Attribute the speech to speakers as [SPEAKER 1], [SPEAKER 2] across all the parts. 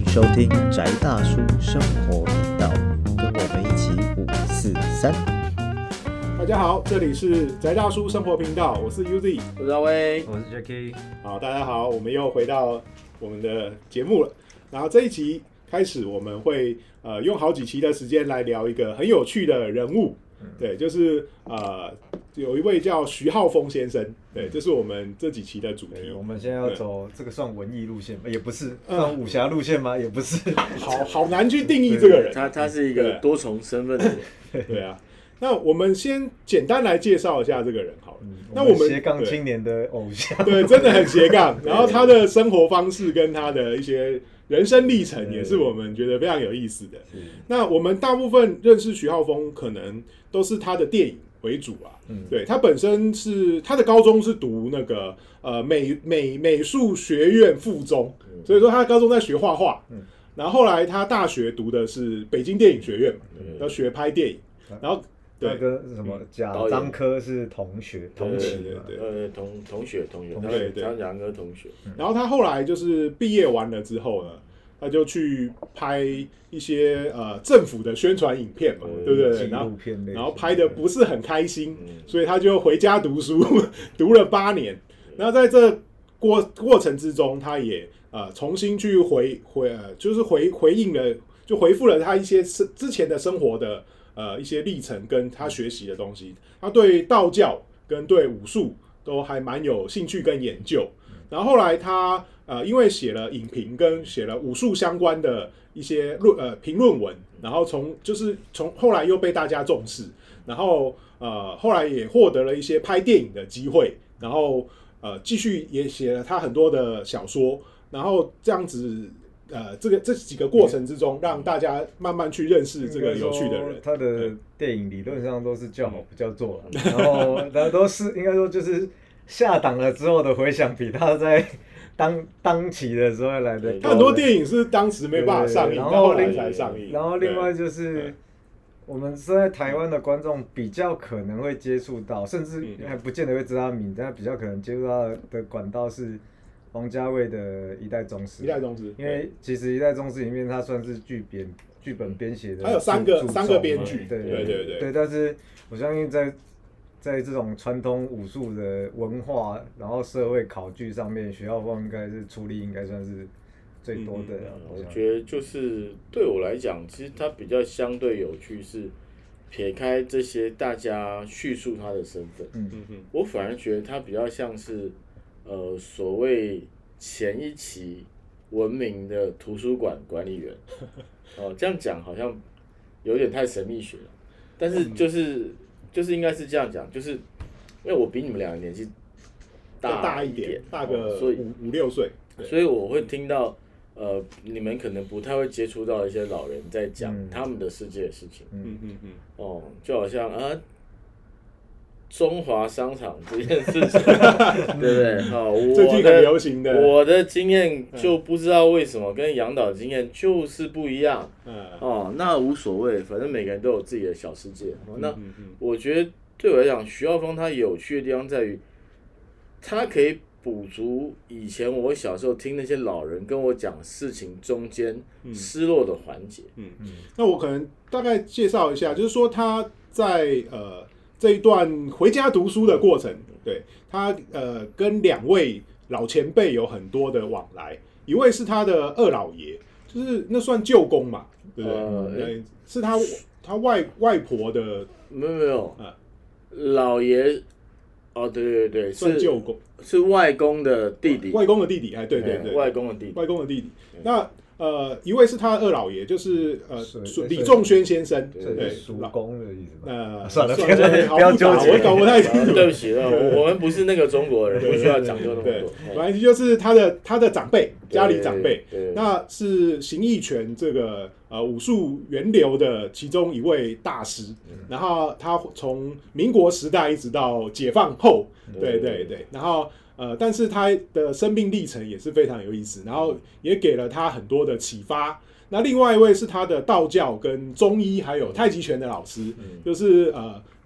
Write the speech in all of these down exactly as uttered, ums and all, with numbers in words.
[SPEAKER 1] 收听宅大叔生活频道，跟我们一起五四三。
[SPEAKER 2] 大家好，这里是宅大叔生活频道，我是 U Z，
[SPEAKER 3] 我是阿威，
[SPEAKER 4] 我是 Jacky。
[SPEAKER 2] 好，大家好，我们又回到我们的节目了。然后这一集开始，我们会呃用好几期的时间来聊一个很有趣的人物，对，就是呃有一位叫徐浩峰先生，对，这是我们这几期的主题。
[SPEAKER 4] 我们现在要走这个算文艺路线吗？也不是，算武侠路线吗？也不是，
[SPEAKER 2] 好好难去定义这个人。
[SPEAKER 3] 他他是一个多重身份的人。
[SPEAKER 2] 对啊，那我们先简单来介绍一下这个人好了。
[SPEAKER 4] 嗯、
[SPEAKER 2] 那我们
[SPEAKER 4] 斜杠青年的偶像，
[SPEAKER 2] 对，真的很斜杠。然后他的生活方式跟他的一些人生历程也是我们觉得非常有意思的。那我们大部分认识徐浩峰，可能都是他的电影为主啊。嗯、对，他本身是他的高中是读那个呃美美美术学院附中，所以说他高中在学画画。嗯、然后后来他大学读的是北京电影学院嘛，要学拍电影。然后
[SPEAKER 4] 那个什么贾樟柯是同学，同期嘛，
[SPEAKER 3] 对对对，同同学同学，
[SPEAKER 2] 对对，
[SPEAKER 3] 贾樟柯同学。
[SPEAKER 2] 然后他后来就是毕业完了之后呢，他就去拍一些呃政府的宣传影片嘛，对不对？然后然后拍的不是很开心，所以他就回家读书，读了八年。然后在这过过程之中，他也呃重新去回回呃就是回回应了，就回复了他一些之前的生活的。呃，一些历程跟他学习的东西，他对道教跟对武术都还蛮有兴趣跟研究。然后后来他呃，因为写了影评跟写了武术相关的一些论呃评论文，然后从就是从后来又被大家重视，然后呃后来也获得了一些拍电影的机会，然后呃继续也写了他很多的小说，然后这样子。呃，这个这几个过程之中，让大家慢慢去认识这个有趣的人。
[SPEAKER 4] 他的电影理论上都是叫好不叫座了，然后然后都是应该说就是下档了之后的回响比他在当当期的时候来的。
[SPEAKER 2] 他很多电影是当时没办法上映，然后后来才上映。
[SPEAKER 4] 然后另外就是我们是在台湾的观众比较可能会接触到，甚至还不见得会知道他名，但比较可能接触到的管道是。王家卫的《一代宗师》，
[SPEAKER 2] 一代宗师，
[SPEAKER 4] 因为其实《一代宗师》里面他算是剧编、剧本编写的，
[SPEAKER 2] 还有三个三个编剧，
[SPEAKER 4] 对
[SPEAKER 2] 对对对
[SPEAKER 4] 对。但是我相信在在这种传统武术的文化，然后社会考据上面，徐浩峰应该是出力应该算是最多的。
[SPEAKER 3] 嗯、我觉得就是对我来讲，其实他比较相对有趣是。撇开这些大家叙述他的身份，嗯嗯嗯，我反而觉得他比较像是。呃，所谓前一期闻名的图书馆管理员，哦、呃，这样讲好像有点太神秘学了，但是就是就是应该是这样讲，就是因为我比你们两个年纪大
[SPEAKER 2] 大一点，大个
[SPEAKER 3] 所以
[SPEAKER 2] 五五六岁，
[SPEAKER 3] 所以我会听到呃，你们可能不太会接触到一些老人在讲他们的世界的事情，嗯嗯嗯，哦，就好像啊。中华商场这件事情，对不对？好，
[SPEAKER 2] 最近很流行的，
[SPEAKER 3] 我的经验就不知道为什么跟杨导的经验就是不一样。嗯，哦，那无所谓，反正每个人都有自己的小世界。哦、那我觉得对我来讲，徐浩峰他有趣的地方在于，他可以补足以前我小时候听那些老人跟我讲事情中间失落的环节。
[SPEAKER 2] 嗯嗯，那我可能大概介绍一下，就是说他在呃。这一段回家读书的过程，对他呃跟两位老前辈有很多的往来，一位是他的二老爷，就是那算舅公嘛，对不对？呃、是他他外外婆的，
[SPEAKER 3] 没有没有，啊、老爷，哦对对对，
[SPEAKER 2] 算舅公，
[SPEAKER 3] 是外公的弟弟，
[SPEAKER 2] 外公的弟弟，哎对对对，
[SPEAKER 3] 外公的弟弟，
[SPEAKER 2] 外公的弟弟，那。呃，一位是他的二老爷，就是呃李仲轩先生，
[SPEAKER 4] 对，叔公的意思。
[SPEAKER 2] 呃，
[SPEAKER 4] 算了，
[SPEAKER 2] 不要纠结，我搞不太清楚。
[SPEAKER 3] 对不起，我们不是那个中国人，不需要讲究那么多。
[SPEAKER 2] 反正就是他的他的长辈，家里长辈，那是形意拳这个呃武术源流的其中一位大师。然后他从民国时代一直到解放后，对对对，然后。呃，但是他的生命历程也是非常有意思，然后也给了他很多的启发。那另外一位是他的道教跟中医还有太极拳的老师，嗯、就是呃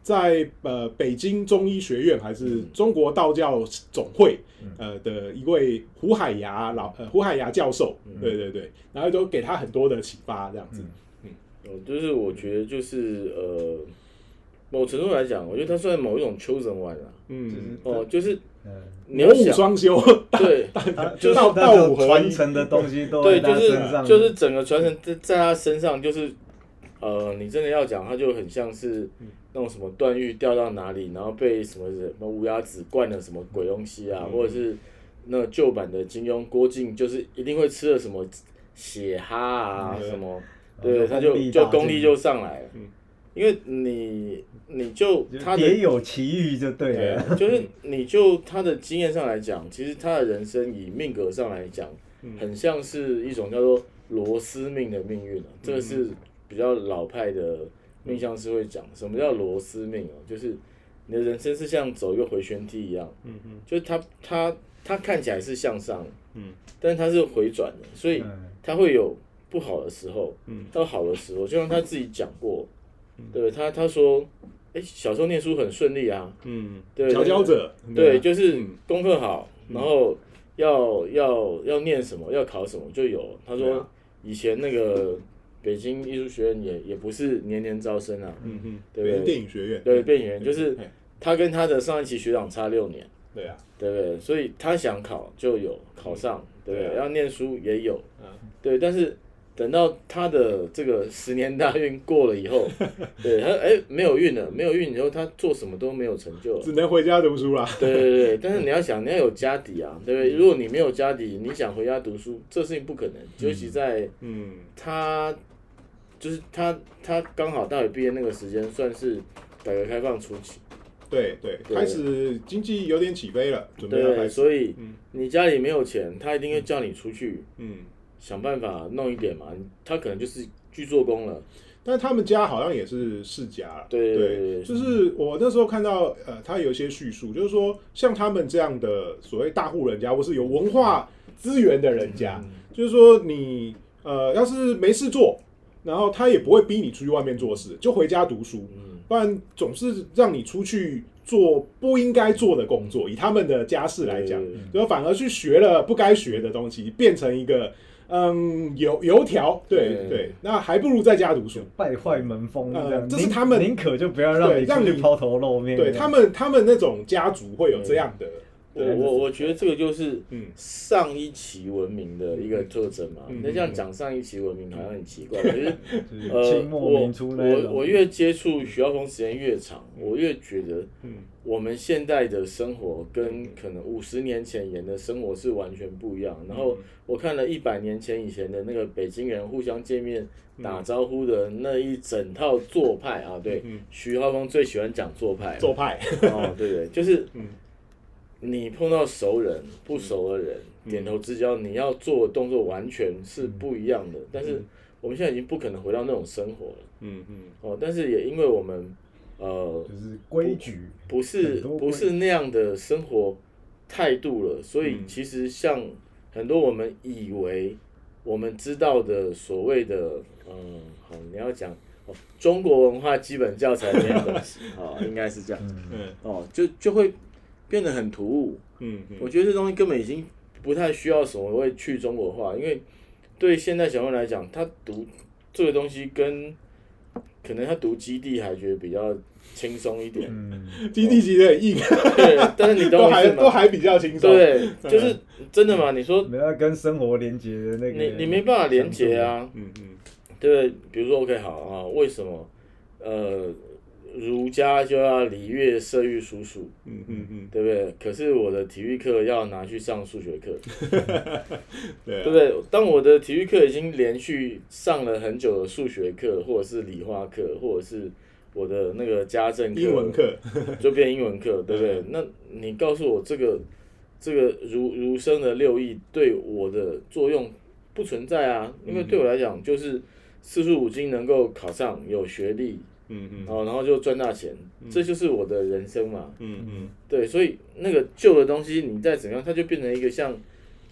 [SPEAKER 2] 在呃北京中医学院还是中国道教总会呃的一位胡海牙老呃胡海牙教授，对对对，然后都给他很多的启发，这样子。
[SPEAKER 3] 嗯，嗯就是我觉得就是呃，某程度来讲，我觉得他算某一种chosen one啊。嗯，哦，就是
[SPEAKER 2] 魔武双修，
[SPEAKER 3] 对，
[SPEAKER 4] 就是
[SPEAKER 2] 道道武
[SPEAKER 4] 传承的东西都在他身上，
[SPEAKER 3] 就是就是整个传承在在他身上，就是呃，你真的要讲，他就很像是那种什么段誉掉到哪里，然后被什么什么乌鸦子灌了什么鬼东西啊，嗯、或者是那旧版的金庸郭靖，就是一定会吃了什么血哈啊、嗯、什么，对，他就就功力就上来了。嗯，因为你你就他的
[SPEAKER 4] 别有奇遇就对了，
[SPEAKER 3] 对就是你就他的经验上来讲，其实他的人生以命格上来讲，很像是一种叫做螺丝命的命运啊，这个是比较老派的命相师会讲，什么叫螺丝命哦？就是你的人生是像走一个回旋梯一样，嗯嗯，就是它它它看起来是向上，嗯，但是它是回转的，所以它会有不好的时候，嗯，到好的时候，就像他自己讲过。对他，他说，哎、欸，小时候念书很顺利啊，嗯，对，
[SPEAKER 2] 佼佼者，
[SPEAKER 3] 对，就是功课好，然后要要要念什么，要考什么就有。他说以前那个北京艺术学院也也不是年年招生啊，嗯嗯，对不对？
[SPEAKER 2] 电影学院，
[SPEAKER 3] 对，电影学院就是他跟他的上一期学长差六年，
[SPEAKER 2] 对啊，
[SPEAKER 3] 对不对？所以他想考就有考上，对不对？要念书也有，对，但是。等到他的这个十年大运过了以后，对他哎、欸、没有运了，没有运以后他做什么都没有成就了，
[SPEAKER 2] 只能回家读书啦。
[SPEAKER 3] 对对对，但是你要想你要有家底啊，对不对？如果你没有家底，你想回家读书，这事情不可能。尤其在嗯他就是他他刚好大学毕业那个时间，算是改革开放初期。
[SPEAKER 2] 对 对, 对，开始经济有点起飞了，准备要开始。
[SPEAKER 3] 对，所以你家里没有钱，他一定会叫你出去。嗯。想办法弄一点嘛，他可能就是去做工了。
[SPEAKER 2] 但他们家好像也是世家了，
[SPEAKER 3] 对对对，
[SPEAKER 2] 就是我那时候看到，呃，他有一些叙述，就是说像他们这样的所谓大户人家，或是有文化资源的人家，嗯、就是说你呃要是没事做，然后他也不会逼你出去外面做事，就回家读书，嗯、不然总是让你出去做不应该做的工作。以他们的家世来讲，就反而去学了不该学的东西，变成一个。嗯，油油条，对对，那还不如在家读书，
[SPEAKER 4] 败坏门风这样、
[SPEAKER 2] 呃。这是他们
[SPEAKER 4] 宁可就不要让你出去抛头露面。
[SPEAKER 2] 对他们，他们那种家族会有这样的。
[SPEAKER 3] 我我我觉得这个就是上一期文明的一个特征嘛。那、嗯、这样讲上一期文明好像很奇怪，可是呃，我我我越接触徐浩峰时间越长，我越觉得，我们现在的生活跟可能五十年前演的生活是完全不一样。然后我看了一百年前以前的那个北京人互相见面打招呼的那一整套做派啊，对，徐浩峰最喜欢讲做派，
[SPEAKER 2] 做派，
[SPEAKER 3] 哦，对对，就是。你碰到熟人、不熟的人，嗯、点头之交，你要做的动作完全是不一样的。嗯、但是我们现在已经不可能回到那种生活了。嗯嗯。哦，但是也因为我们呃，
[SPEAKER 4] 就是规矩，
[SPEAKER 3] 不是不是那样的生活态度了，所以其实像很多我们以为我们知道的所谓的嗯，好，你要讲哦，中国文化基本教材那样东西，哦，应该是这样。嗯。哦，就就会。变得很突兀，嗯，嗯我觉得这东西根本已经不太需要什么会去中国化，因为对现在小朋友来讲，他读这个东西跟可能他读基地还觉得比较轻松一点，
[SPEAKER 2] 嗯，基地其实很硬，
[SPEAKER 3] 对，但是你
[SPEAKER 2] 都还都还比较轻松，
[SPEAKER 3] 对，就是真的嘛？你说
[SPEAKER 4] 没有跟生活连接的那个，
[SPEAKER 3] 你你没办法连接啊，嗯嗯，对不对？比如说 OK 好啊，为什么呃？儒家就要礼乐射御书数，嗯嗯嗯，对不对？可是我的体育课要拿去上数学课，对、啊、对不对？当我的体育课已经连续上了很久的数学课，或者是理化课，或者是我的那个家政课、
[SPEAKER 2] 英文课，
[SPEAKER 3] 就变英文课，对不对？那你告诉我这个这个儒儒生的六艺对我的作用不存在啊？因为对我来讲，就是四书五经能够考上，有学历。嗯嗯，哦，然后就赚大钱，嗯、这就是我的人生嘛。嗯嗯，对，所以那个旧的东西，你再怎样，它就变成一个像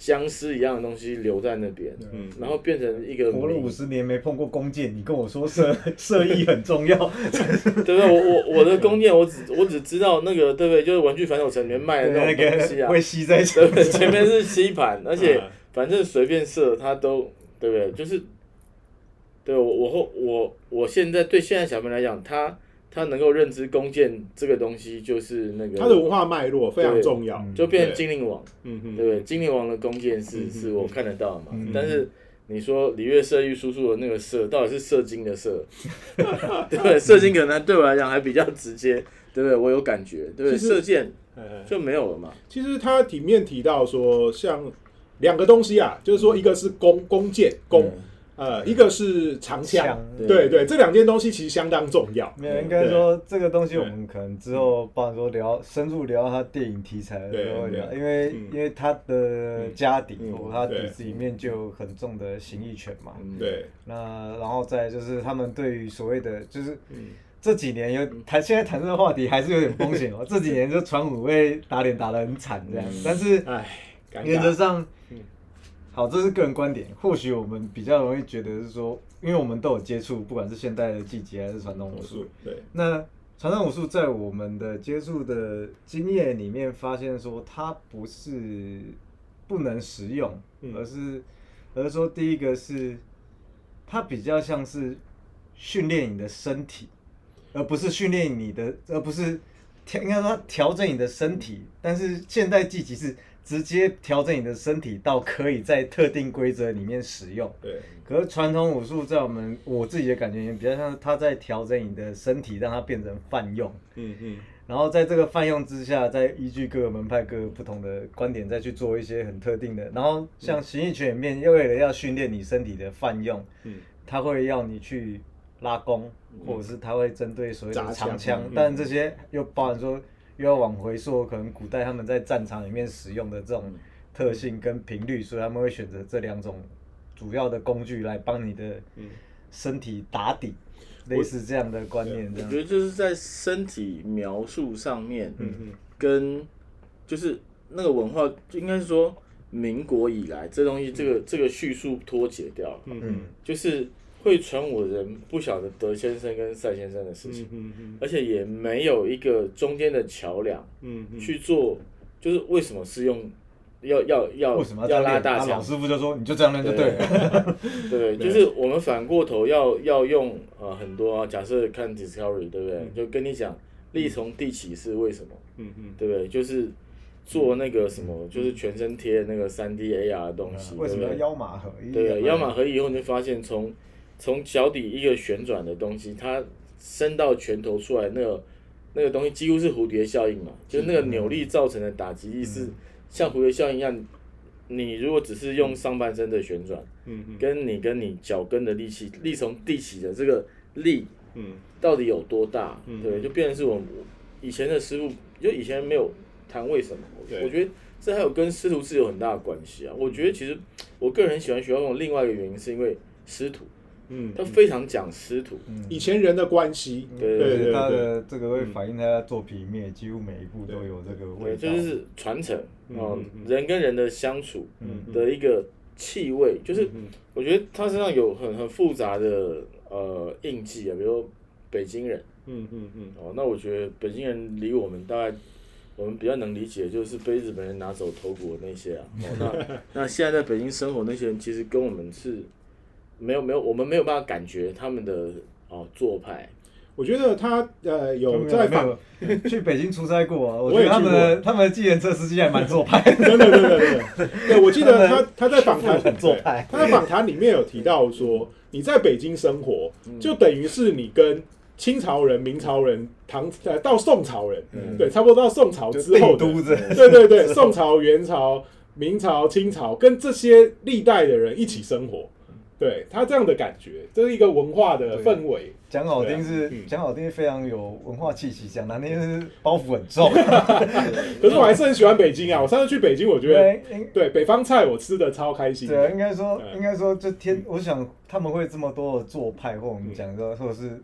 [SPEAKER 3] 僵尸一样的东西留在那边，嗯，然后变成一个
[SPEAKER 4] 活了五十年没碰过弓箭，你跟我说射射艺很重要，
[SPEAKER 3] 对不对？我我我的弓箭，我只我只知道那个对不对？就是玩具反斗城里面卖的那种东西啊，
[SPEAKER 4] 会吸在
[SPEAKER 3] 对不对？前面是吸盘，而且反正随便射它都对不对？就是对我我后我我现在对现在小朋友来讲，他。他能够认知弓箭这个东西，就是那个
[SPEAKER 2] 它的文化脉络非常重要，
[SPEAKER 3] 就变成精灵王，嗯嗯，对不对？精灵王的弓箭是是我看得到的嘛，嗯、但是你说李月射玉叔叔的那个射，到底是射精的射，对不对？射精可能对我来讲还比较直接，对不对？我有感觉，对不对？射箭就没有了嘛。
[SPEAKER 2] 其实它里面提到说，像两个东西啊，就是说一个是弓弓箭弓。嗯呃，一个是长枪，对 对, 对，这两件东西其实相当重要。
[SPEAKER 4] 没有，应该说这个东西我们可能之后，包含说聊深入聊他电影题材的时候会聊，因为、嗯、因为他的家底、嗯、或他底子里面就有很重的形意权嘛。
[SPEAKER 2] 对。
[SPEAKER 4] 那然后再就是他们对于所谓的就是。嗯这几年有谈，现在谈这个话题还是有点风险哦。这几年就传武被打脸打得很惨这样，嗯、但是原则上。好，这是个人观点。或许我们比较容易觉得是说，因为我们都有接触，不管是现代的技击还是传统武术。
[SPEAKER 2] 对。
[SPEAKER 4] 那传统武术在我们的接触的经验里面，发现说它不是不能实用，嗯、而是而是说第一个是它比较像是训练你的身体，而不是训练你的，而不是应该说调整你的身体。但是现代技击是。直接调整你的身体到可以在特定规则里面使用。
[SPEAKER 2] 对。
[SPEAKER 4] 可是传统武术在我们我自己的感觉也比较像是它在调整你的身体，让它变成泛用。嗯嗯。然后在这个泛用之下，再依据各个门派、各个不同的观点，再去做一些很特定的。然后像形意拳里面，为了要训练你身体的泛用，嗯，它会要你去拉弓，或者是它会针对所谓的长枪，嗯、但这些又包含说。又要往回溯，可能古代他们在战场里面使用的这种特性跟频率，所以他们会选择这两种主要的工具来帮你的身体打底，嗯、类似这样的观念。
[SPEAKER 3] 我觉得就是在身体描述上面，嗯、跟就是那个文化，应该是说民国以来这东西，这个这个叙述脱节掉了，嗯、就是会传我的人不晓得德先生跟赛先生的事情，嗯嗯、而且也没有一个中间的桥梁，嗯、去做，就是为什么是用要要要
[SPEAKER 4] 为什么
[SPEAKER 3] 要, 要拉大枪？
[SPEAKER 4] 老师傅就说你就这样练就对了。
[SPEAKER 3] 对，对就是我们反过头要要用呃很多啊，假设看 Discovery 对不对？嗯、就跟你讲力从地起是为什么？嗯嗯，对不对？就是做那个什么，嗯、就是全身贴那个 三 D A R 的东西，
[SPEAKER 4] 嗯、为什么要腰马合一？
[SPEAKER 3] 对，腰马合一以后你就发现从从脚底一个旋转的东西，它伸到拳头出来，那个那个东西几乎是蝴蝶效应嘛，就是那个扭力造成的打击力是像蝴蝶效应一样。你如果只是用上半身的旋转，嗯、跟你跟你脚跟的力气，力从地起的这个力，嗯、到底有多大？嗯、对，就变成是我以前的师傅，就以前没有谈为什么，我觉得这还有跟师徒制有很大的关系啊。我觉得其实我个人很喜欢学校风，另外一个原因是因为师徒。嗯，他非常讲师徒，
[SPEAKER 2] 嗯、以前人的关系，
[SPEAKER 4] 对对对，他的这个会反映他的作品里面，几乎每一部都有这个味道，
[SPEAKER 3] 对，就是传承哦，嗯、人跟人的相处的一个气味，嗯、就是我觉得他身上有很很复杂的呃印记啊，比如说北京人，嗯嗯嗯，哦，那我觉得北京人离我们大概我们比较能理解，就是被日本人拿走头骨的那些啊，哦，那那现在在北京生活那些人，其实跟我们是。没有没有，我们没有办法感觉他们的哦做派。
[SPEAKER 2] 我觉得他呃有在访
[SPEAKER 4] 去北京出差过啊，我觉得他们的他们的计程车司机还蛮做派的。
[SPEAKER 2] 真的真的真的。对，我记得他他在访谈
[SPEAKER 4] 很做派，
[SPEAKER 2] 他在访谈里面有提到说，你在北京生活，就等于是你跟清朝人、明朝人、唐呃到宋朝人，嗯、对，差不多到宋朝之后的，对对对，宋朝、元朝、明朝、清朝，跟这些历代的人一起生活。对他这样的感觉，这是一个文化的氛围。
[SPEAKER 4] 讲好听是讲、啊嗯、好听，非常有文化气息；讲难听是包袱很重。
[SPEAKER 2] 可是我还是很喜欢北京啊！我上次去北京，我觉得 对, 对北方菜我吃的超开心。
[SPEAKER 4] 对，应该说，应该说，就天，我想他们会这么多的做派，或我们讲说，或者是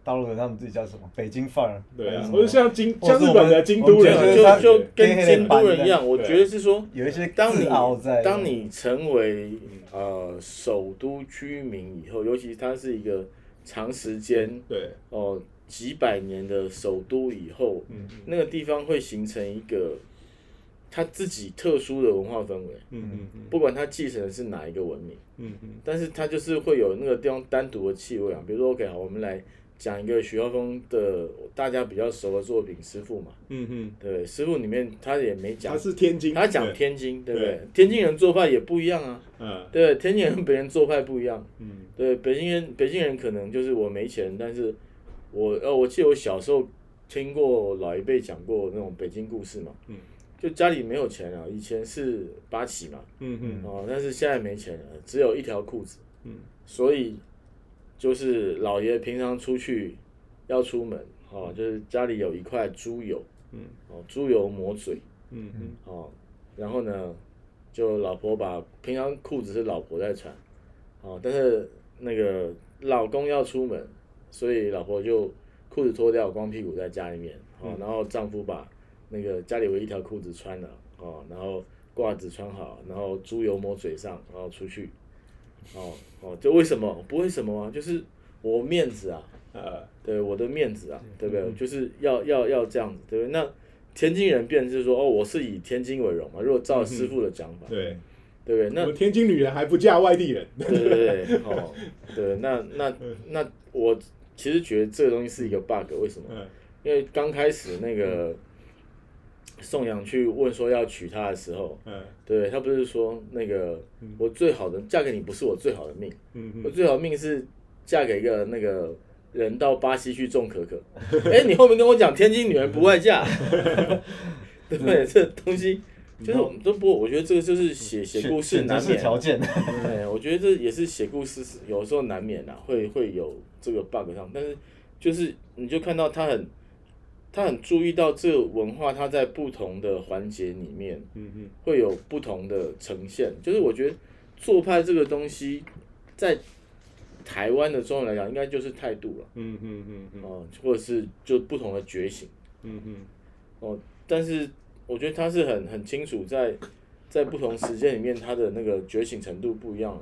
[SPEAKER 4] 大陆人他们自己叫什么北京范儿，
[SPEAKER 2] 对啊，或者像京
[SPEAKER 4] 或者
[SPEAKER 2] 像日本的京都人，
[SPEAKER 3] 就就跟京都人一样，我觉得是说
[SPEAKER 4] 有一些
[SPEAKER 3] 当你
[SPEAKER 4] 自傲在
[SPEAKER 3] 当你成为呃首都居民以后，尤其它是一个长时间
[SPEAKER 2] 对
[SPEAKER 3] 哦、几百年的首都以后，
[SPEAKER 2] 嗯
[SPEAKER 3] 那个地方会形成一个它自己特殊的文化氛围，
[SPEAKER 2] 嗯嗯嗯
[SPEAKER 3] 不管它继承的是哪一个文明，
[SPEAKER 2] 嗯嗯
[SPEAKER 3] 但是它就是会有那个地方单独的气味啊。比如说 ，OK， 好，我们来讲一个徐浩峰的大家比较熟的作品《师傅》嘛，
[SPEAKER 2] 嗯嗯，
[SPEAKER 3] 对，《师傅》里面他也没讲，
[SPEAKER 2] 他是天津，
[SPEAKER 3] 他讲天津，对不对？天津人做派也不一样啊，
[SPEAKER 2] 嗯，
[SPEAKER 3] 对，天津人跟别人做派不一样，
[SPEAKER 2] 嗯，
[SPEAKER 3] 对，北京人北京人可能就是我没钱，但是我呃，我记得我小时候听过老一辈讲过那种北京故事嘛，
[SPEAKER 2] 嗯，
[SPEAKER 3] 就家里没有钱啊，以前是八旗嘛，
[SPEAKER 2] 嗯嗯，
[SPEAKER 3] 哦，但是现在没钱了，只有一条裤子，
[SPEAKER 2] 嗯，
[SPEAKER 3] 所以就是老爷平常出去要出门，哦，就是家里有一块猪油，
[SPEAKER 2] 嗯，
[SPEAKER 3] 哦，猪油抹嘴，
[SPEAKER 2] 嗯嗯，
[SPEAKER 3] 哦，然后呢，就老婆把平常裤子是老婆在穿，哦，但是那个老公要出门，所以老婆就裤子脱掉，光屁股在家里面，哦，然后丈夫把那个家里唯一一条裤子穿了，哦，然后褂子穿好，然后猪油抹嘴上，然后出去，哦哦，就为什么不为什么啊？就是我面子啊，
[SPEAKER 2] 呃，
[SPEAKER 3] 对我的面子啊，对不对？就是要要要这样子，对不对？那天津人变成是说，哦，我是以天津为荣嘛。如果照师傅的讲法，
[SPEAKER 2] 对，
[SPEAKER 3] 对不对？那
[SPEAKER 2] 我们天津女人还不嫁外地人，
[SPEAKER 3] 对对对，哦，对，那那那我其实觉得这个东西是一个 bug， 为什么？
[SPEAKER 2] 嗯
[SPEAKER 3] 因为刚开始那个宋阳去问说要娶她的时候，
[SPEAKER 2] 嗯
[SPEAKER 3] 对他不是说那个我最好的嫁给你不是我最好的命，
[SPEAKER 2] 嗯
[SPEAKER 3] 我最好的命是嫁给一个那个人到巴西去种可可。哎，你后面跟我讲天津女人不外嫁，对不对？这东西就是我们都不，我觉得这个就是写写故事难免
[SPEAKER 4] 条件。
[SPEAKER 3] 对，我觉得这也是写故事有时候难免啊，会会有这个 bug 上，但是就是你就看到他很。他很注意到这个文化，它在不同的环节里面，
[SPEAKER 2] 嗯嗯，
[SPEAKER 3] 会有不同的呈现。就是我觉得做派这个东西，在台湾的中人来讲，应该就是态度了，
[SPEAKER 2] 嗯嗯嗯嗯，
[SPEAKER 3] 哦，或者是就不同的觉醒，
[SPEAKER 2] 嗯嗯，
[SPEAKER 3] 哦，但是我觉得他是很很清楚在在不同时间里面，他的那个觉醒程度不一样的。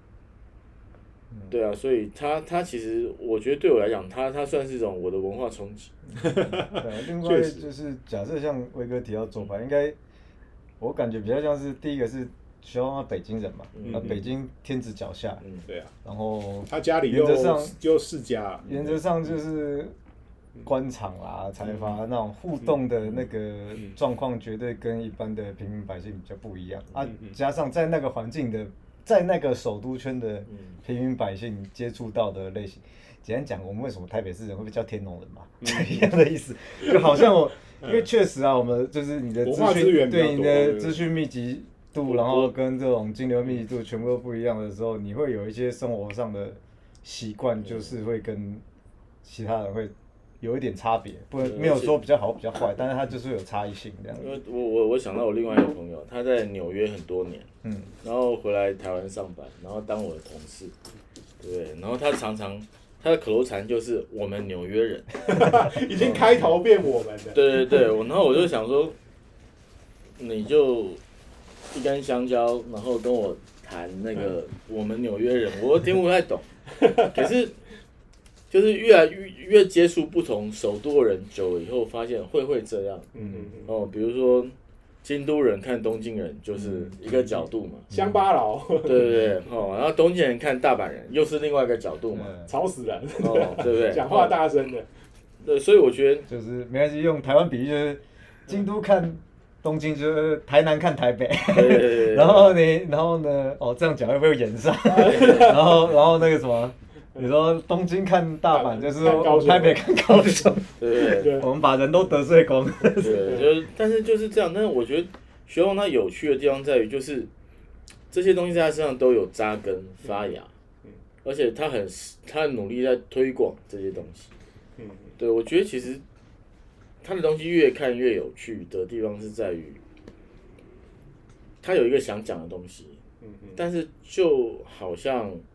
[SPEAKER 3] 对啊，所以他他其实我觉得对我来讲，他他算是一种我的文化冲击。
[SPEAKER 4] 对，另外就是假设像威哥提到做法，应该我感觉比较像是第一个是徐浩峰北京人嘛，那、嗯、北京天子脚下，
[SPEAKER 2] 嗯，对啊，
[SPEAKER 4] 然后
[SPEAKER 2] 他家里
[SPEAKER 4] 原则上
[SPEAKER 2] 就世家，
[SPEAKER 4] 原则上就是官场啦、财阀那种互动的那个状况，绝对跟一般的平民百姓比较不一样啊，加上在那个环境的。在那个首都圈的平民百姓接触到的类型，简单讲，我们为什么台北市人会被叫天龙人嘛，一样的意思，就好像我，因为确实啊，我们就是你的资讯对你的资讯密集度，然后跟这种金流密集度全部都不一样的时候，你会有一些生活上的习惯，就是会跟其他人会有一点差别，不没有说比较好比较坏，但是它就是有差异性这样。
[SPEAKER 3] 因为我我我想到我另外一个朋友，他在纽约很多年，嗯，然后回来台湾上班，然后当我的同事，对，然后他常常他的口头禅就是我们纽约人，
[SPEAKER 2] 已经开头变我们的。
[SPEAKER 3] 对对对，我然后我就想说，你就一根香蕉，然后跟我谈那个我们纽约人，我听不太懂，可是。就是越来越越接触不同首都人久了以后，发现会会这样。嗯嗯哦，比如说京都人看东京人就是一个角度嘛，
[SPEAKER 2] 乡巴佬。
[SPEAKER 3] 对对对，哦，然后东京人看大阪人又是另外一个角度嘛，
[SPEAKER 2] 吵死人。
[SPEAKER 3] 哦，对不对？
[SPEAKER 2] 讲话大声的。
[SPEAKER 3] 对，所以我觉得
[SPEAKER 4] 就是没关系，用台湾比喻就是京都看东京，就是台南看台北。
[SPEAKER 3] 对对对。
[SPEAKER 4] 然后你，然后呢？哦，这样讲会不会延上？然后，然后那个什么？你说东京看大阪，就是台北看高雄，
[SPEAKER 3] 对对，
[SPEAKER 4] 我们把人都得罪光。
[SPEAKER 3] 对，就是但是就是这样。但是我觉得学王他有趣的地方在于，就是这些东西在他身上都有扎根发芽，而且他很他很努力在推广这些东西。嗯，对，我觉得其实他的东西越看越有趣的地方是在于，他有一个想讲的东西，但是就好像。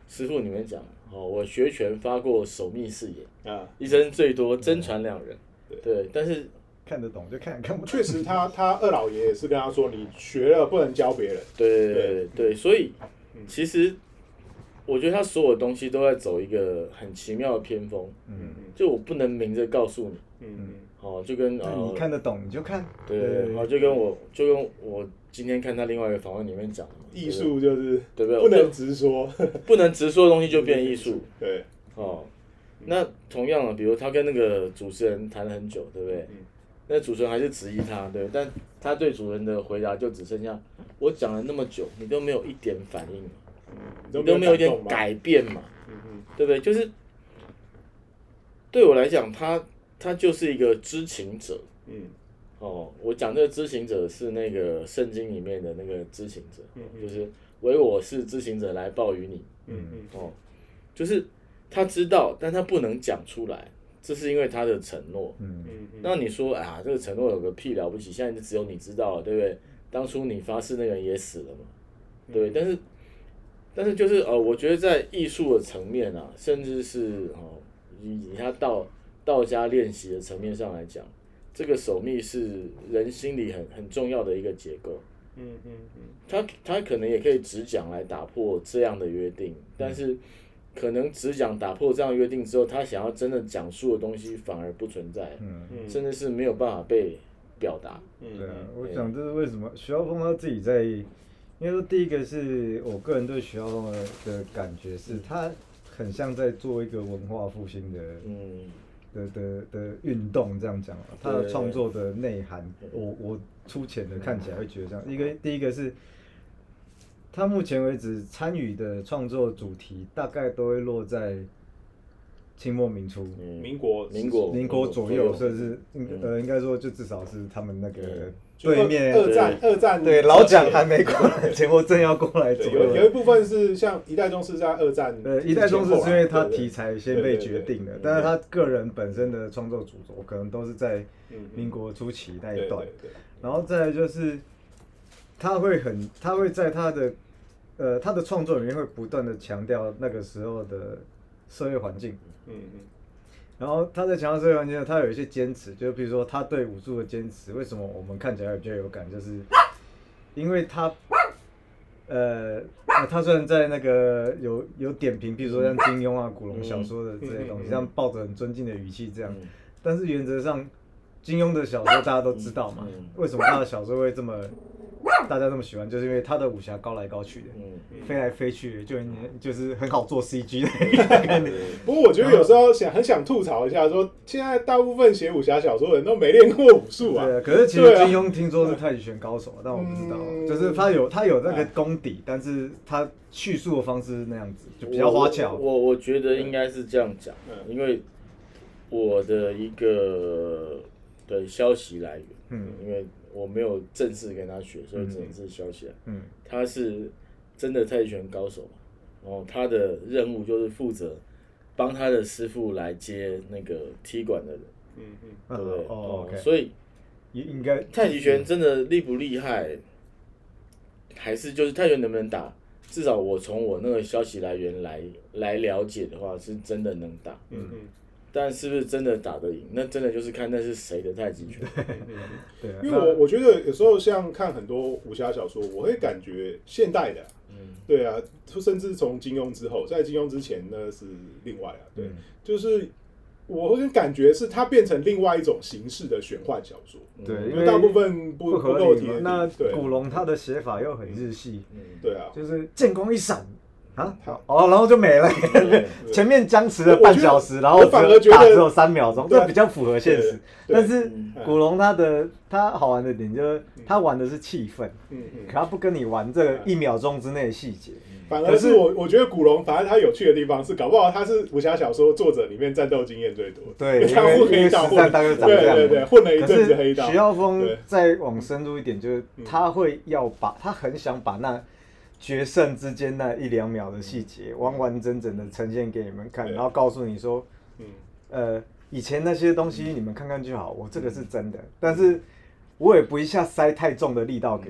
[SPEAKER 3] 师傅里面讲，哦，我学拳发过手密誓言
[SPEAKER 2] 啊，
[SPEAKER 3] 一生最多真传两人，
[SPEAKER 2] 对，
[SPEAKER 3] 对，但是
[SPEAKER 4] 看得懂就看，看不懂。
[SPEAKER 2] 确实他他二老爷也是跟他说，你学了不能教别人。
[SPEAKER 3] 对对对，所以其实我觉得他所有东西都在走一个很奇妙的偏锋，嗯，就我不能明着告诉你，嗯，哦，就跟
[SPEAKER 4] 呃，你看得懂你就看，
[SPEAKER 3] 对对对，好，就跟我就跟我今天看他另外一个访问里面讲的，
[SPEAKER 2] 艺术就是
[SPEAKER 3] 对不对？
[SPEAKER 2] 不能直说，
[SPEAKER 3] 不能直说的东西就变艺术，
[SPEAKER 2] 对，
[SPEAKER 3] 哦，那同样的，比如他跟那个主持人谈了很久，对不对？那主持人还是质疑他，对，但他对主持人的回答就只剩下我讲了那么久，你都没有一点反应。你都没有一点改变嘛，对不对？就是对我来讲，他他就是一个知情者。嗯，哦，我讲这个知情者是那个圣经里面的那个知情者，嗯、就是唯我是知情者来报于你。嗯嗯，哦，就是他知道，但他不能讲出来，这是因为他的承诺。嗯嗯，那你说啊，这个承诺有个屁了不起？现在就只有你知道了，对不对？当初你发誓那个人也死了嘛，对不对？但是。但是就是呃，我觉得在艺术的层面啊，甚至是哦，以他道道家练习的层面上来讲，这个守密是人心里很很重要的一个结构。嗯嗯嗯，他他可能也可以只讲来打破这样的约定，但是可能只讲打破这样的约定之后，他想要真的讲述的东西反而不存在，嗯嗯，甚至是没有办法被表达。嗯，
[SPEAKER 4] 对啊，我想这是为什么徐浩峰他自己在。因为说第一个是我个人对徐浩峰的感觉是，他很像在做一个文化复兴的，嗯，的的的运动这样讲啊。他的创作的内涵，我我粗浅的看起来会觉得这样。一个第一个是，他目前为止参与的创作主题大概都会落在清末民初、
[SPEAKER 2] 民国、
[SPEAKER 3] 民国、
[SPEAKER 4] 民国左右，甚至呃应该说就至少是他们那个。对面
[SPEAKER 2] 二战，二战
[SPEAKER 4] 对老蒋还没过来，前后正要过来左右。
[SPEAKER 2] 有一部分是像一代宗师在二战，
[SPEAKER 4] 呃，一代宗师是因为他题材先被决定了，但是他个人本身的创作主轴可能都是在民国初期那一段。然后再来就是他会很，他会在他的呃他的创作里面会不断的强调那个时候的社会环境。嗯嗯。然后他在强调社会环境，他有一些坚持，就比如说他对武术的坚持，为什么我们看起来比较有感，就是因为他，呃，他虽然在那个有有点评，比如说像金庸啊、古龙小说的这些东西，像抱着很尊敬的语气这样，但是原则上，金庸的小说大家都知道嘛，为什么他的小说会这么大家这么喜欢，就是因为他的武侠高来高去的，嗯、飞来飞去的，就就是很好做 C G 的。
[SPEAKER 2] 不过我觉得有时候想很想吐槽一下说，说现在大部分写武侠小说的人都没练过武术啊。
[SPEAKER 4] 对，可是其实金庸听说是太极拳高手，但我不知道，嗯、就是他有他有那个功底，但是他叙述的方式是那样子，就比较花俏。
[SPEAKER 3] 我 我, 我觉得应该是这样讲，因为我的一个的消息来源，嗯，因为。我没有正式跟他学，所以只能是消息来。嗯，他是真的太极拳高手嘛，然后他的任务就是负责帮他的师傅来接那个踢馆的人。嗯嗯，对不对？哦， okay. 所以
[SPEAKER 4] 应该
[SPEAKER 3] 太极拳真的厉不厉害，还是就是太极拳能不能打？至少我从我那个消息来源来来了解的话，是真的能打。嗯嗯。但是不是真的打得赢？那真的就是看那是谁的太极拳。
[SPEAKER 2] 对，因为我我觉得有时候像看很多武侠小说，我会感觉现代的，嗯，对啊，甚至从金庸之后，在金庸之前那是另外啊，对，嗯、就是我会感觉是它变成另外一种形式的玄幻小说。
[SPEAKER 4] 对，
[SPEAKER 2] 因为大部分不
[SPEAKER 4] 不合理嘛。那古龙他的写法又很日系，
[SPEAKER 2] 嗯，对啊，
[SPEAKER 4] 就是剑光一闪。啊，哦，然后就没了。前面僵持了半小时，然后反而打只有三秒钟，这比较符合现实。但是古龙他的他好玩的点就是他玩的是气氛，可他不跟你玩这个一秒钟之内的细节。
[SPEAKER 2] 反而是我我觉得古龙，反而他有趣的地方是，搞不好他是武侠小说作者里面战斗经验最多。
[SPEAKER 4] 对，
[SPEAKER 2] 他混黑道，
[SPEAKER 4] 混大概长这样。
[SPEAKER 2] 对对对，混了一阵子黑道。
[SPEAKER 4] 徐浩峰再往深入一点，就是他会要把他很想把那。决胜之间那一两秒的细节，完完整整的呈现给你们看，然后告诉你说，嗯，呃，以前那些东西你们看看就好，我这个是真的，但是我也不一下塞太重的力道给你，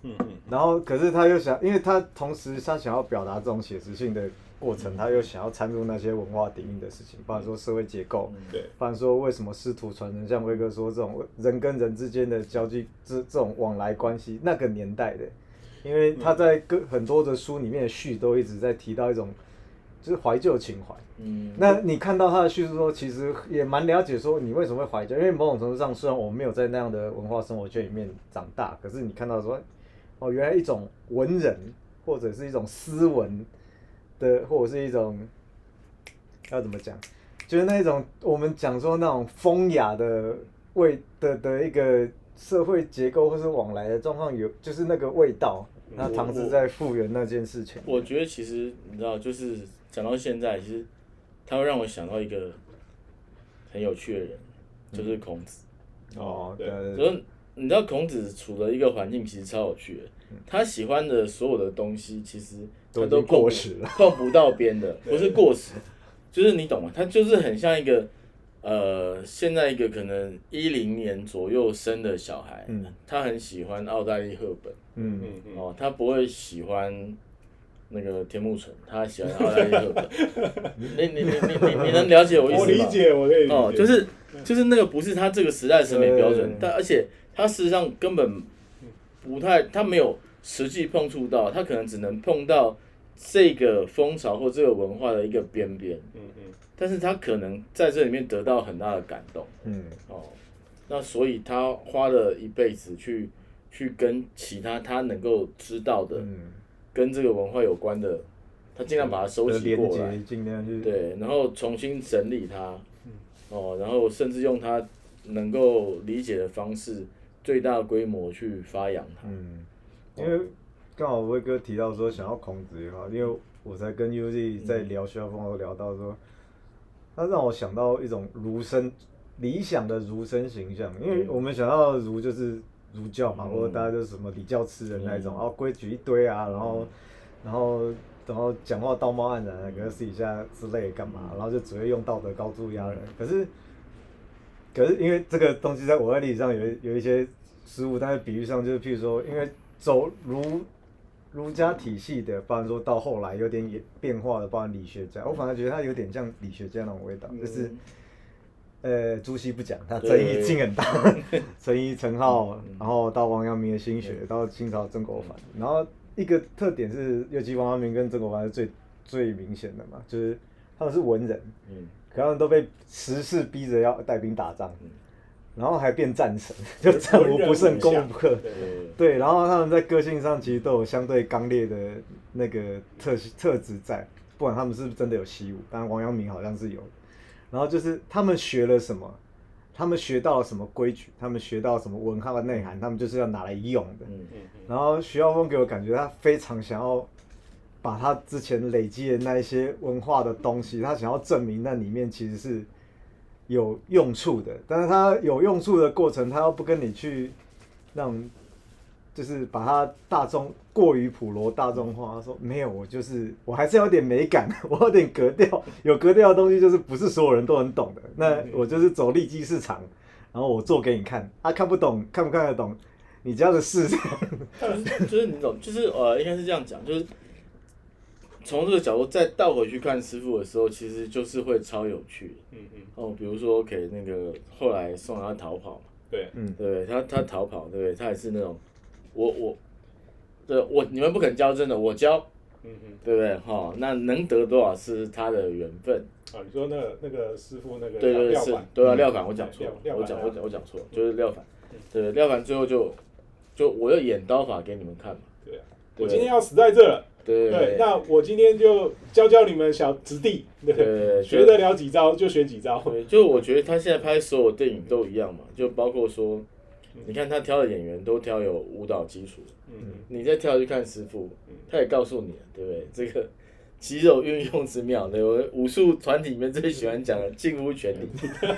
[SPEAKER 2] 嗯嗯。
[SPEAKER 4] 然后可是他又想，因为他同时他想要表达这种写实性的过程，他又想要掺入那些文化底蕴的事情，包含说社会结构，
[SPEAKER 2] 对，
[SPEAKER 4] 包含说为什么师徒传承，像威哥说这种人跟人之间的交际，这这种往来关系，那个年代的，因为他在各很多的书里面的序都一直在提到一种就是怀旧情怀。嗯，那你看到他的叙述说，其实也蛮了解说你为什么会怀旧，因为某种程度上，虽然我没有在那样的文化生活圈里面长大，可是你看到说，哦，原来一种文人或者是一种斯文的，或者是一种要怎么讲，就是那一种我们讲说那种风雅的味的的一个社会结构或是往来的状况有，就是那个味道。那唐子在复原那件事情，
[SPEAKER 3] 我觉得其实你知道，就是讲到现在，其实他会让我想到一个很有趣的人，就是孔子。
[SPEAKER 4] 哦，对对对。
[SPEAKER 3] 所以你知道孔子处的一个环境其实超有趣的，他喜欢的所有的东西其实他都
[SPEAKER 4] 过时了，
[SPEAKER 3] 碰不到边的，不是过时，就是你懂吗？他就是很像一个。呃，现在一个可能一零年左右生的小孩，嗯、他很喜欢奥黛丽·赫本，嗯嗯哦，他不会喜欢那个田木纯，他喜欢奥黛丽·赫本。你你你你你你能了解我意思吗？
[SPEAKER 2] 我理解，我可以理解。
[SPEAKER 3] 哦，就是就是那个不是他这个时代审美标准，但而且他事实上根本不太，他没有实际碰触到，他可能只能碰到这个风潮或这个文化的一个边边。嗯嗯。但是他可能在这里面得到很大的感动，嗯，哦，那所以他花了一辈子去去跟其他他能够知道的，嗯、跟这个文化有关的，他尽量把它收集过来，
[SPEAKER 4] 尽量去
[SPEAKER 3] 对，然后重新整理它，哦，然后甚至用他能够理解的方式，最大规模去发扬它。
[SPEAKER 4] 嗯，因为刚好威哥提到说想要孔子也好，因为我才跟 U Z 在聊学校风都聊到说。它让我想到一种儒生理想的儒生形象，因为我们想到的儒就是儒教嘛，嗯、或者大家就是什么礼教吃人那一种，嗯、然后规矩一堆啊，然后，然后，然后讲话道貌岸然，可是私底下之类干嘛，然后就只会用道德高处压人。可是，可是因为这个东西在我在历史上有有一些失误，但是比喻上就是譬如说，因为走儒。儒家体系的，包含说到后来有点变化的，包含理学家，我反而觉得他有点像理学家那种味道，就是，呃，朱熹不讲，他争议性很大，陈颐、陈浩，然后到王阳明的心学，到清朝曾国藩，然后一个特点是，尤其王阳明跟曾国藩是最最明显的嘛，就是他们是文人，嗯，可他们都被时势逼着要带兵打仗。然后还变战神，就战无不胜，攻无不克。对，然后他们在个性上其实都有相对刚烈的那个特特质在，不管他们是不是真的有习武，当然王阳明好像是有。然后就是他们学了什么，他们学到了什么规矩，他们学到什么文化的内涵，他们就是要拿来用的。然后徐浩峰给我感觉他非常想要把他之前累积的那一些文化的东西，他想要证明那里面其实是。有用处的，但是他有用处的过程，他又不跟你去让，就是把它大众过于普罗大众化。他说没有，我就是我还是要有点美感，我有点格调，有格调的东西就是不是所有人都很懂的。那我就是走利基市场，然后我做给你看，啊看不懂看不看得懂，你家的事。
[SPEAKER 3] 就是就是你懂，就是呃应该是这样讲，就是。从这个角度再倒回去看师傅的时候，其实就是会超有趣的。嗯嗯。哦，比如说给那个后来送他逃跑嘛。
[SPEAKER 2] 对。
[SPEAKER 3] 嗯。对他他逃跑，对不对？他也是那种，我我，对我你们不肯教真的，我教。嗯嗯。对不对？哈、哦，那能得多少是他的缘分。
[SPEAKER 2] 啊，你说那个那个师傅那个
[SPEAKER 3] 对对
[SPEAKER 2] 是，
[SPEAKER 3] 对啊，廖凡我讲错了，我讲我讲我讲错了，就是廖凡。对，廖凡最后就就我要演刀法给你们看嘛。
[SPEAKER 2] 对啊。我今天要死在这了。
[SPEAKER 3] 对,
[SPEAKER 2] 对，那我今天就教教你们小子弟，对，对学得了几招就学几招。
[SPEAKER 3] 对，就我觉得他现在拍所有电影都一样嘛，就包括说，你看他挑的演员都挑有舞蹈基础，嗯，你再跳去看师傅，他也告诉你，对不对？这个肌肉运用之妙，对，我武术团体里面最喜欢讲的近乎全理，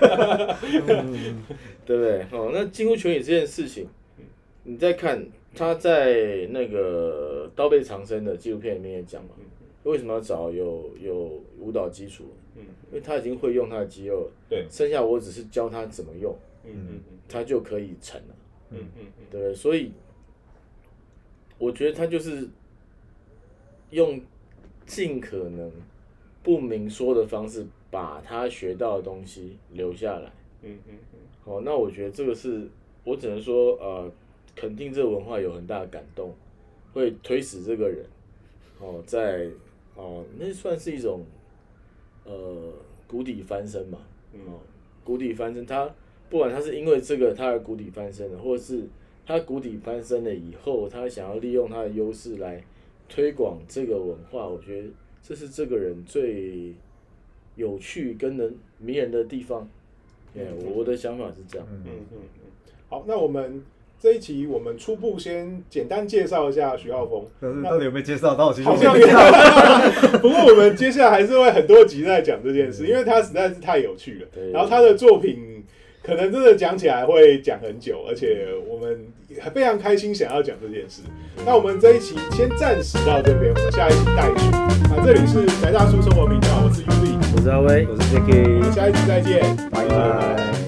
[SPEAKER 3] 对不对？哦，那近乎全理这件事情，你再看。他在那个《刀背藏身》的纪录片里面也讲嘛，为什么要找有有舞蹈基础？嗯，因为他已经会用他的肌肉了，对，剩下我只是教他怎么用，嗯嗯他就可以成了，嗯嗯对，所以我觉得他就是用尽可能不明说的方式，把他学到的东西留下来。嗯嗯嗯。好，那我觉得这个是我只能说，呃，肯定这个文化有很大的感动，会推使这个人，哦，在哦，那算是一种呃谷底翻身嘛。哦，谷底翻身，他不管他是因为这个他的谷底翻身了，或者是他谷底翻身了以后，他想要利用他的优势来推广这个文化，我觉得这是这个人最有趣跟能迷人的地方。对，我的想法是这样。
[SPEAKER 2] 嗯嗯嗯。好，那我们这一期我们初步先简单介绍一下徐浩峰。
[SPEAKER 4] 但是到底有没有介绍到？
[SPEAKER 2] 好像有。不过我们接下来还是会很多集在讲这件事，因为他实在是太有趣了。然后他的作品可能真的讲起来会讲很久，而且我们非常开心想要讲这件事。那我们这一期先暂时到这边，我们下一期待续。啊，这里是宅大叔生活频道，我是 Yuli，
[SPEAKER 1] 我是阿威，
[SPEAKER 4] 我是 Jacky，
[SPEAKER 2] 我们下一期再见，
[SPEAKER 4] 拜拜。